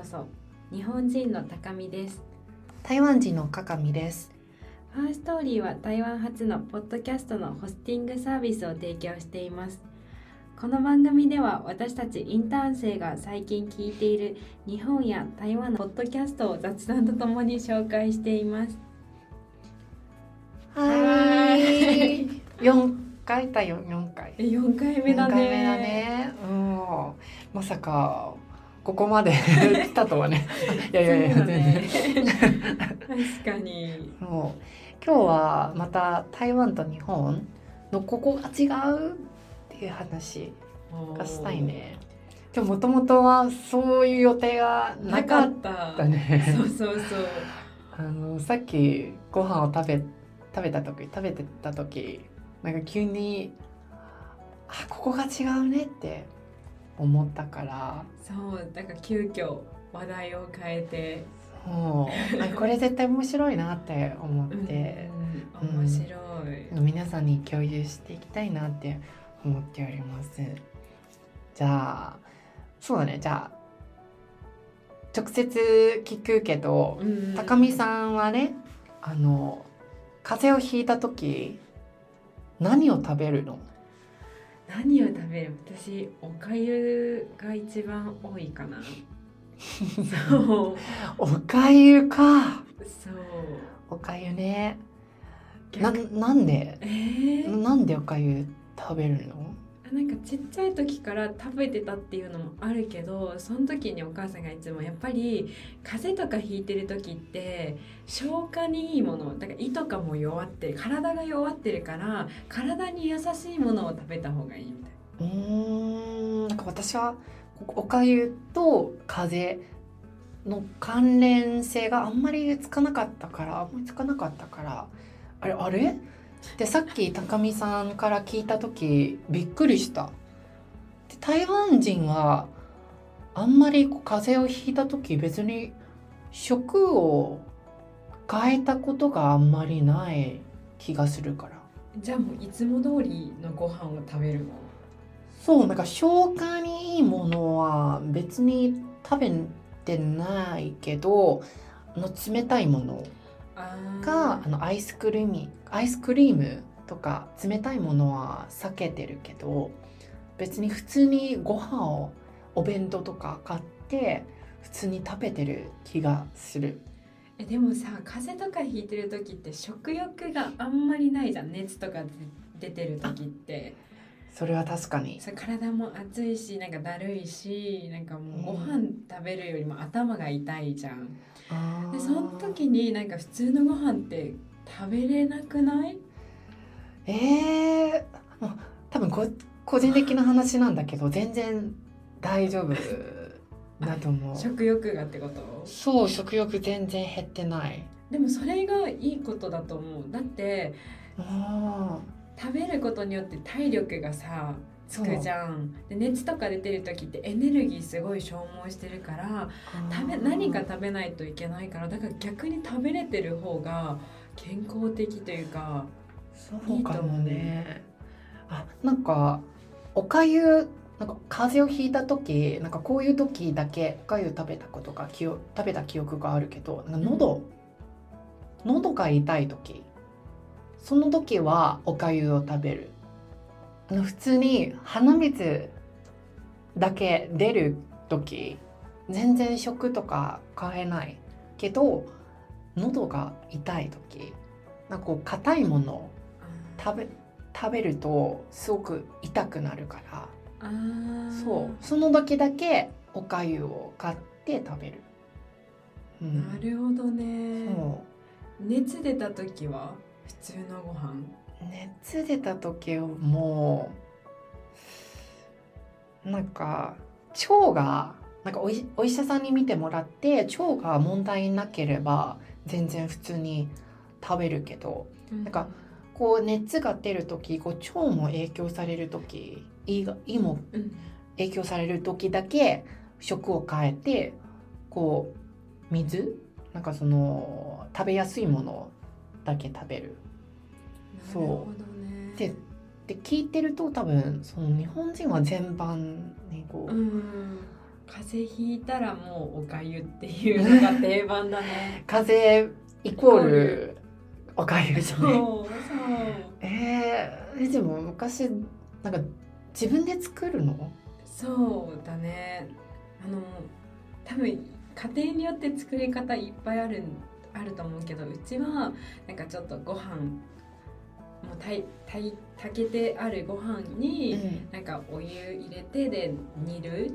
そ。日本人の高見です。 台湾人のかかみです。 ファーストーリーは台湾初のポッドキャストのホスティングサービスを提供しています。この番組では私たちインターン生が最近聞いている日本や台湾のポッドキャストを雑談とともに紹介しています。 はい。4回だよ、4回。 4回目だね。 4回目だね。まさかここまで来たとはね。いや、全然。 確かに。 今日はまた台湾と日本のここが違うっていう話がしたいね。今日もともとはそういう予定がなかったね。 そう。 さっきご飯を食べてた時なんか急にここが違うねって思ったから、 そうだから急遽話題を変えて、 これ絶対面白いなって思って、 面白い、 皆さんに共有していきたいなって思っております。じゃあそうだね、じゃあ直接聞くけど、高見さんはね、風邪をひいた時何を食べるの？ 何を食べる？私おかゆが一番多いかな。そうおかゆか。 そうおかゆね。なんでおかゆ食べるの？ なんかちっちゃい時から食べてたっていうのもあるけど、その時にお母さんがいつもやっぱり風邪とかひいてる時って消化にいいものだから、胃とかも弱って体が弱ってるから体に優しいものを食べた方がいいみたいな。 なんか私はおかゆと風邪の関連性があんまりつかなかったからあれでさっき高見さんから聞いた時びっくりした。で台湾人はあんまり風邪をひいた時別に食を変えたことがあんまりない気がするから。 じゃあもういつも通りのご飯を食べるの？ そう、なんか消化にいいものは別に食べてないけど、冷たいものがアイスクリームとか冷たいものは避けてるけど、別に普通にご飯をお弁当とか買って普通に食べてる気がする。 でもさ、風邪とかひいてる時って食欲があんまりないじゃん。熱とか出てる時ってそれは確かに。 体も熱いし、なんかだるいし、なんかもうご飯食べるよりも頭が痛いじゃん。でその時になんか普通のご飯って食べれなくない？ 多分個人的な話なんだけど全然大丈夫だと思う。 食欲がってこと？ そう、食欲全然減ってない。 でもそれがいいことだと思う。だって食べることによって体力がさつくじゃん。で熱とか出てる時ってエネルギーすごい消耗してるから、何か食べないといけないから、だから逆に食べれてる方が健康的というかそうかもね。なんかおかゆ、なんか風邪をひいた時、なんかこういう時だけおかゆ食べた記憶があるけど、なんか喉が痛い時、その時はおかゆを食べる。普通に鼻水だけ出る時全然食とか変えないけど、喉が痛い時、なんか硬いものを食べるとすごく痛くなるから、その時だけおかゆを買って食べる。 なるほどね。熱出た時は普通のご飯？ 熱出た時はもうなんか腸がなんかお医者さんに見てもらって腸が問題なければ全然普通に食べるけど、なんか熱が出る時腸も影響される時、胃も影響される時だけ食を変えて水なんか食べやすいものだけ食べる。 なるほどね。 で聞いてると多分その日本人は全般に風邪ひいたらもうおかゆっていうのが定番だね。 風邪イコールおかゆじゃね。 そうでも昔なんか自分で作るの？ そうだね。多分家庭によって作り方いっぱいあると思うけど、うちはなんかちょっとご飯もう炊けてあるご飯に、なんかお湯入れてで煮る。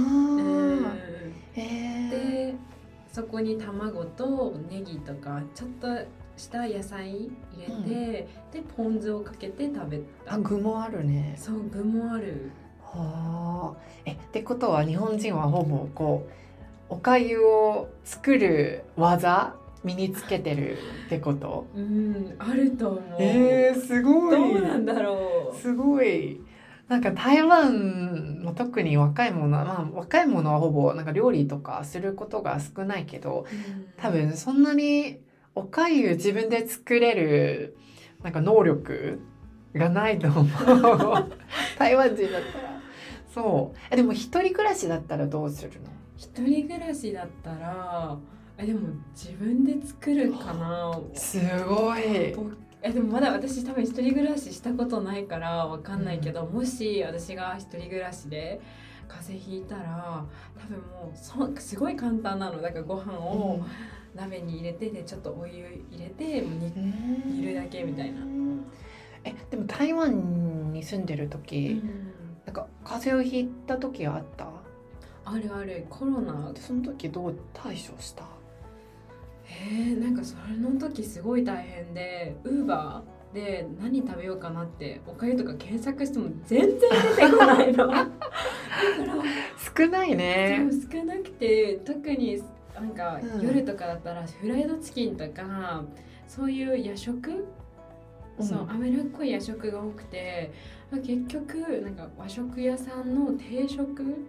でそこに卵とネギとかちょっとした野菜入れて、でポン酢をかけて食べた。 具もあるね。 そう具もある。 はあ。ってことは日本人はほぼこうおかゆを作る技身につけてるってこと？ あると思う。 すごい。 どうなんだろう。 すごい。なんか台湾も特に若い者はほぼなんか料理とかすることが少ないけど、多分そんなにおかゆ自分で作れるなんか能力がないと思う。台湾人だったら。そう。でも一人暮らしだったらどうするの？ 一人暮らしだったらでも自分で作るかな。 すごい。 でもまだ私多分一人暮らししたことないからわかんないけど、もし私が一人暮らしで風邪ひいたら多分もうすごい簡単なのだから、ご飯を鍋に入れてでちょっとお湯入れて煮るだけみたいな。 でも台湾に住んでる時、なんか風邪をひいた時はあった？ あるある。コロナその時どう対処した？ なんかそれの時すごい大変で、ウーバーで何食べようかなっておかゆとか検索しても全然出てこないの。だから少ないね。 少なくて、特になんか夜とかだったらフライドチキンとかそういう夜食、そう脂っこい夜食が多くて、結局なんか和食屋さんの定食、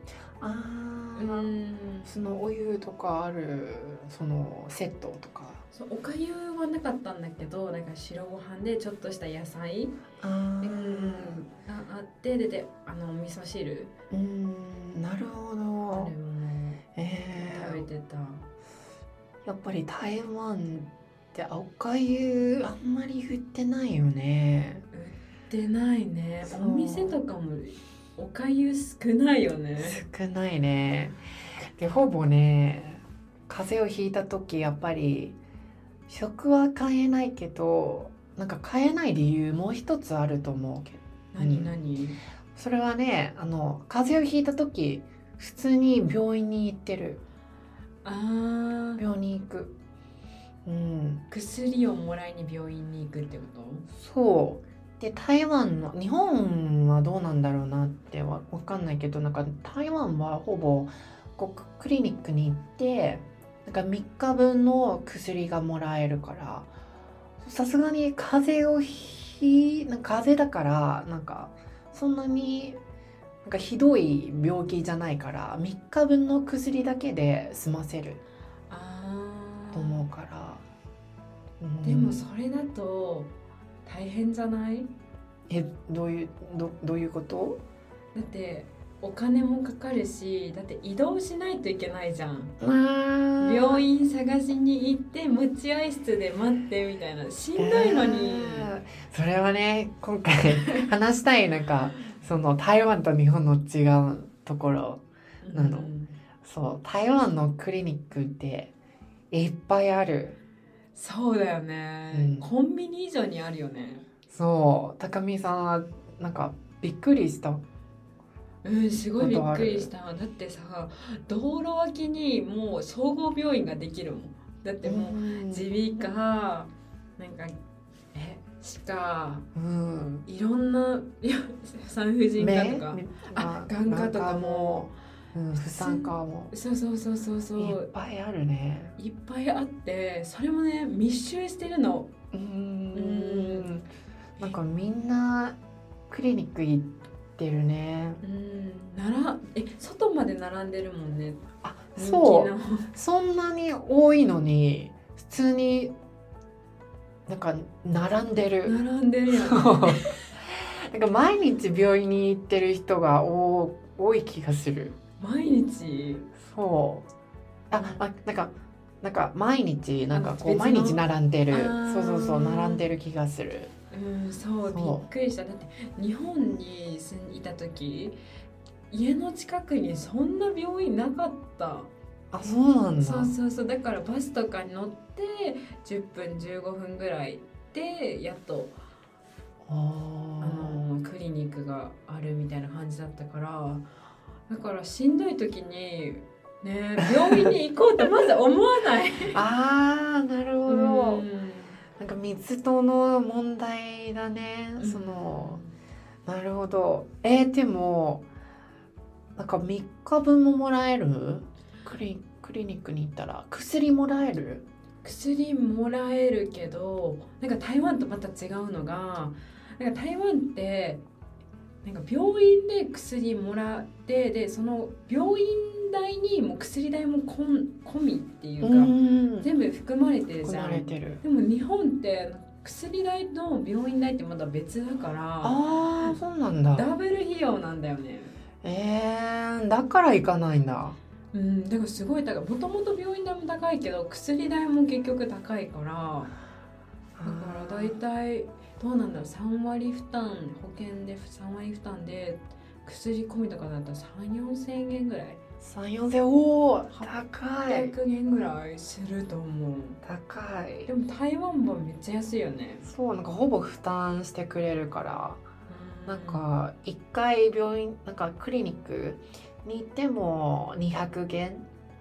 そのお湯とかあるそのセットとか、 そうおかゆはなかったんだけど、なんか白ご飯でちょっとした野菜があって、で味噌汁、 なるほど。 あれも食べてた。 やっぱり台湾っておかゆあんまり売ってないよね。 売ってないね。お店とかもおかゆ少ないよね。 少ないね。でほぼね、風邪をひいた時やっぱり食は買えないけど、なんか買えない理由もう一つあると思うけど。 何？ それはね、風邪をひいた時普通に病院に行ってる。病院に行く。 薬をもらいに病院に行くってこと？ そう。で日本はどうなんだろうなってわかんないけど、なんか台湾はほぼクリニックに行ってなんか3日分の薬がもらえるから、さすがに風邪だからなんかそんなになんかひどい病気じゃないから3日分の薬だけで済ませると思うから。 でもそれだと大変じゃない？ どういうこと？ だってお金もかかるし、だって移動しないといけないじゃん。病院探しに行って待合室で待ってみたいな、しんどいのに。 それはね、今回話したいなんかその台湾と日本の違うところなの。そう、台湾のクリニックっていっぱいある。 そうだよね、コンビニ以上にあるよね。 そう、高見さんはなんかびっくりした？ すごいびっくりした。だってさ、道路脇にもう総合病院ができるもん。だってもう耳鼻科、なんか歯科、いろんな産婦人科とか眼科とかも、 婦産科も、 そういっぱいあるね。 いっぱいあって、それもね密集してるの。 なんかみんなクリニック行ってるね。 外まで並んでるもんね。 そう、そんなに多いのに普通になんか並んでるよね。なんか毎日病院に行ってる人が多い気がする。 毎日なんか毎日なんかこう毎日並んでる。そう並んでる気がする。 そうびっくりした。だって日本に住んでいた時家の近くにそんな病院なかった。 あ、そうなんだ。 そうだからバスとかに乗って10分15分ぐらいでやっとクリニックがあるみたいな感じだったから、だからしんどい時にね病院に行こうとまず思わないあー、なるほど。なんか水との問題だね。なるほど。でもなんか3日分ももらえる？クリニックに行ったら薬もらえる？ 薬もらえるけど、なんか台湾とまた違うのが、なんか台湾ってなんか病院で薬もらって、でその病院代にもう薬代も込みっていうか、全部含まれてるじゃん。含まれてる。でも日本って薬代と病院代ってまだ別だから、 あー、そうなんだ。 ダブル費用なんだよね。 だから行かないんだ。 だからすごい高い。もともと病院代も高いけど薬代も結局高いから、だから大体どうなんだろう、3割負担、保険で3割負担で薬込みとかだったら3、4千円ぐらい。 3、4千円、おー、高い。 800円ぐらいすると思う。 高い。 でも台湾はめっちゃ安いよね。 そう、なんかほぼ負担してくれるから、なんか1回病院、なんかクリニックに行っても200元、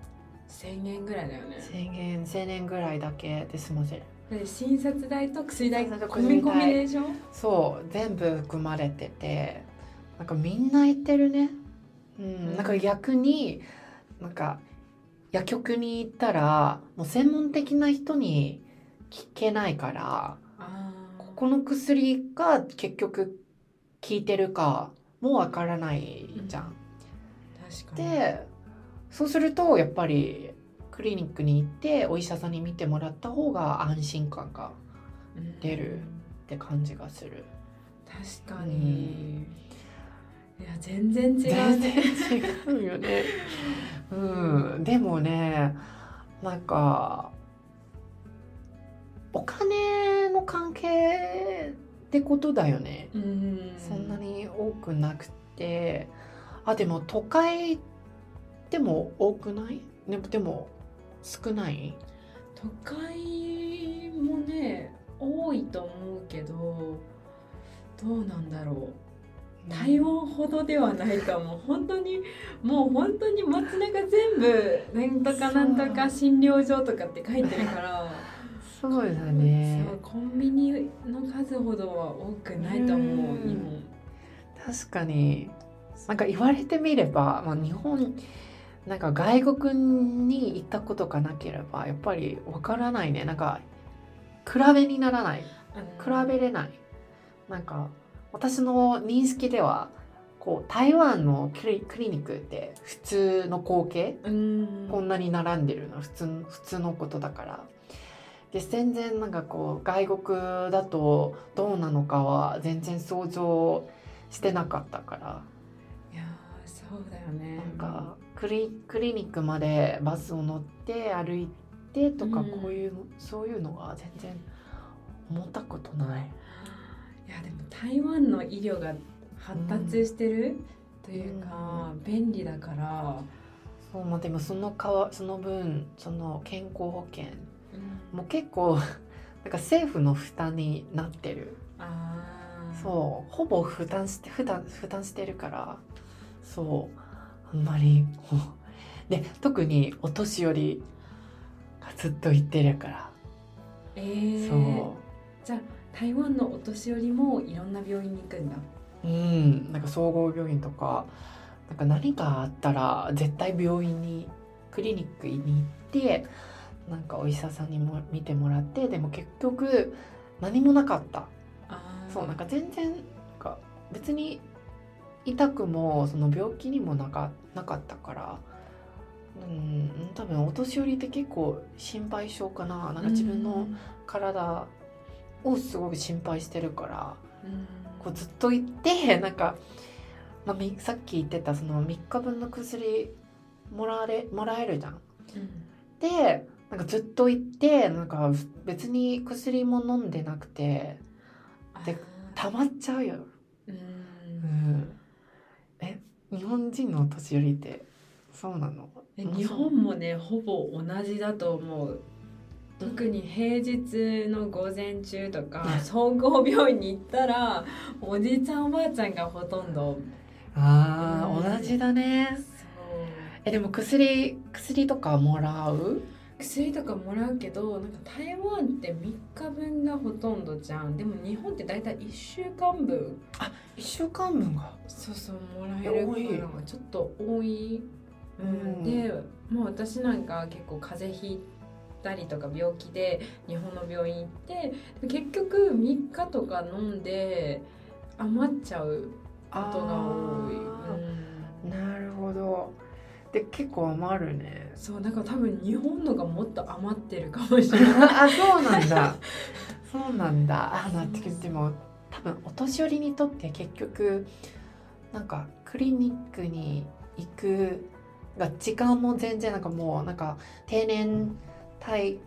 1000円ぐらいだよね。 1000円ぐらいだけで済ませる。 で診察代と薬代込み込みでしょ。 そう全部含まれてて、なんかみんな言ってるね。なんか逆になんか薬局に行ったらもう専門的な人に聞けないから、ここの薬が結局効いてるかもわからないじゃん。 確かに。 でそうするとやっぱりクリニックに行ってお医者さんに見てもらった方が安心感が出るって感じがする。 確かに、いや全然違うね。 全然違うよね。でもね、なんかお金の関係ってことだよね。そんなに多くなくて、でも都会でも多くない？でも少ない？ 都会もね多いと思うけど、どうなんだろう。台湾ほどではないかも。本当にもう本当に街中全部なんとかなんとか診療所とかって書いてるからそうだね。 そうコンビニの数ほどは多くないと思う、日本。 確かになんか言われてみれば、日本なんか外国に行ったことがなければやっぱりわからないね。なんか比べにならない、比べれない。なんか私の認識ではこう台湾のクリニックって普通の光景、こんなに並んでるの普通のことだから。で全然なんかこう外国だとどうなのかは全然想像してなかったから。 いやそうだよね。 なんかクリニックまでバスを乗って歩いてとか、そういうのは全然思ったことない。 いやでも台湾の医療が発達してるというか、便利だから。 そう、でもその分その健康保険もう結構なんか政府の負担になってる。そうほぼ負担してるから、そうあんまりで特にお年寄りがずっと行ってるから。 そうじゃあ台湾のお年寄りもいろんな病院に行くんだ。 なんか総合病院とか、なんか何かあったら絶対病院にクリニックに行ってなんかお医者さんにも見てもらって、でも結局何もなかった。そうなんか全然なんか別に痛くもその病気にもなかったから、多分お年寄りって結構心配性かな。なんか自分の体をすごく心配してるから、こうずっと行ってなんかさっき言ってたその3日分の薬もらえるじゃん。でなんかずっと行ってなんか別に薬も飲んでなくてで溜まっちゃうよ。日本人のお年寄りってそうなの？ 日本もねほぼ同じだと思う。特に平日の午前中とか総合病院に行ったらおじいちゃんおばあちゃんがほとんど。 同じだね。そうでも薬とかもらう？ 薬とかもらうけどなんか台湾って3日分がほとんどじゃん。でも日本ってだいたい1週間分。 1週間分がそうもらえるからちょっと多い。でもう私なんか結構風邪ひいたりとか病気で日本の病院行って結局3日とか飲んで余っちゃうことが多い。 なるほど。で結構余るね。 そうだから多分日本のがもっと余ってるかもしれない。 そうなんだ。そうなんだ。でも多分お年寄りにとって結局なんかクリニックに行くが時間も全然なんかもうなんか定年退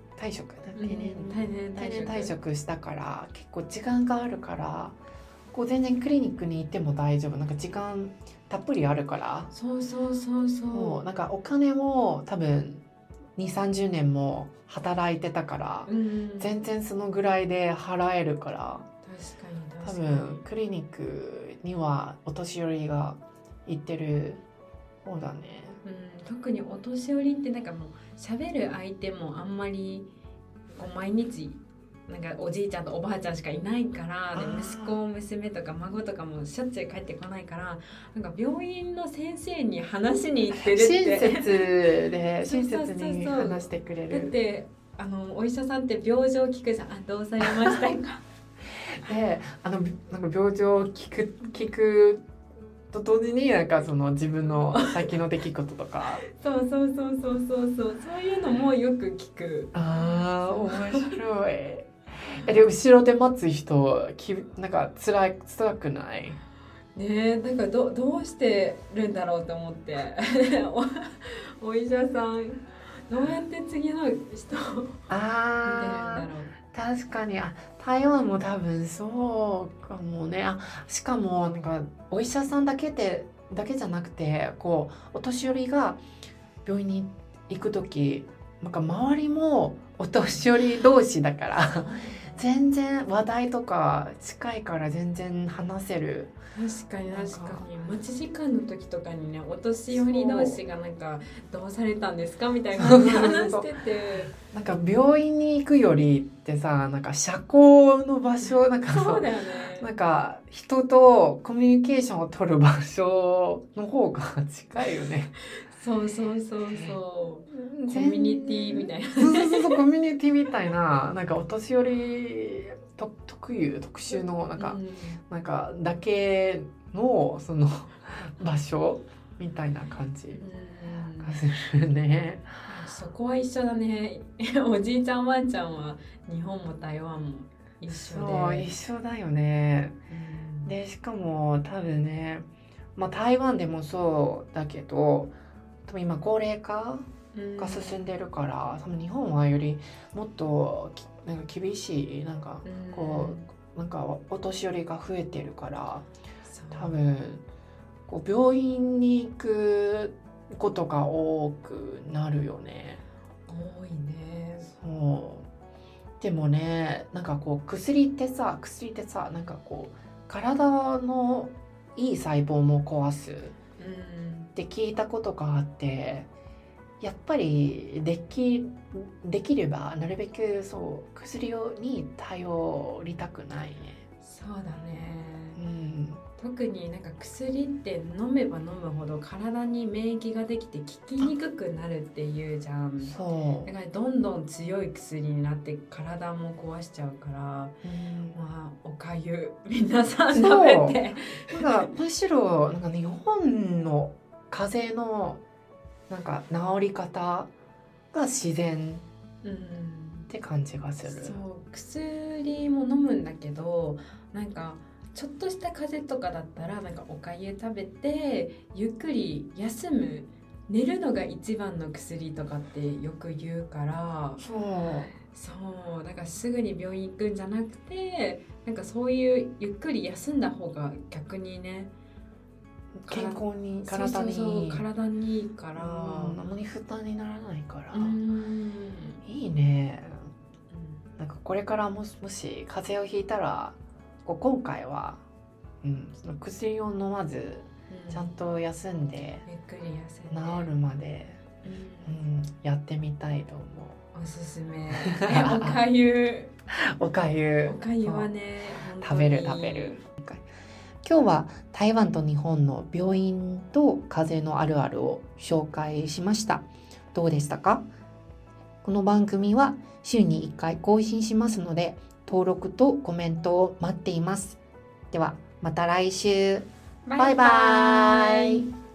職したから結構時間があるからこう全然クリニックに行っても大丈夫。なんか時間たっぷりあるから。そうなんかお金も多分2、30年も働いてたから、全然そのぐらいで払えるから。多分クリニックにはお年寄りが行ってる方だね。 特にお年寄りってなんかもう喋る相手もあんまり毎日なんかおじいちゃんとおばあちゃんしかいないからで息子娘とか孫とかもしょっちゅう帰ってこないからなんか病院の先生に話しに行ってるって親切に話してくれる。 だってお医者さんって病状聞くじゃん。どうされましたかでなんか病状を聞くと同時になんかその自分の最近の出来事とかそういうのもよく聞く。 面白い。で後ろで待つ人なんか辛くない？ ねなんかどうしてるんだろうと思ってお医者さんどうやって次の人を見てるんだろう。 確かに台湾も多分そうかもね。しかもなんかお医者さんだけじゃなくてこうお年寄りが病院に行く時なんか周りもお年寄り同士だから全然話題とか近いから全然話せる。 確かに待ち時間の時とかにねお年寄り同士がなんかどうされたんですかみたいな感じで話しててなんか病院に行くよりってさなんか社交の場所なんかそうだよね。 なんか人とコミュニケーションを取る場所の方が近いよね。 そうコミュニティみたいなそうコミュニティみたいななんかお年寄り特殊のなんかだけのその場所みたいな感じがするね。 そこは一緒だね。おじいちゃんおばあちゃんは日本も台湾も一緒で。 そう一緒だよね。でしかも多分ね、台湾でもそうだけど多分今高齢化が進んでるから、多分日本はよりもっとなんか厳しいなんかこうなんかお年寄りが増えてるから多分こう病院に行くことが多くなるよね。 多いね。 そうでもねなんかこう薬ってさなんかこう体のいい細胞も壊すって聞いたことがあって、やっぱりできればなるべくそう薬に頼りたくないね。 そうだね。特になんか薬って飲めば飲むほど体に免疫ができて効きにくくなるっていうじゃん。そうだからどんどん強い薬になって体も壊しちゃうから、おかゆ皆さん食べてなんかむしろなんか日本の風邪のなんか治り方が自然って感じがする。 そう薬も飲むんだけどなんかちょっとした風邪とかだったらなんかおかゆ食べてゆっくり休む、寝るのが一番の薬とかってよく言うから、そうだからすぐに病院行くんじゃなくて、なんかそういうゆっくり休んだ方が逆にね健康に体にいいから、 何に負担にならないから、いいね。なんかこれからもし風邪をひいたら今回は、その薬を飲まずちゃんと休んで、 ゆっくり休んで治るまで、やってみたいと思う。 おすすめ。おかゆはね食べる。今日は台湾と日本の病院と風邪のあるあるを紹介しました。どうでしたか？この番組は週に1回更新しますので、登録とコメントを待っています。ではまた来週。バイバイ。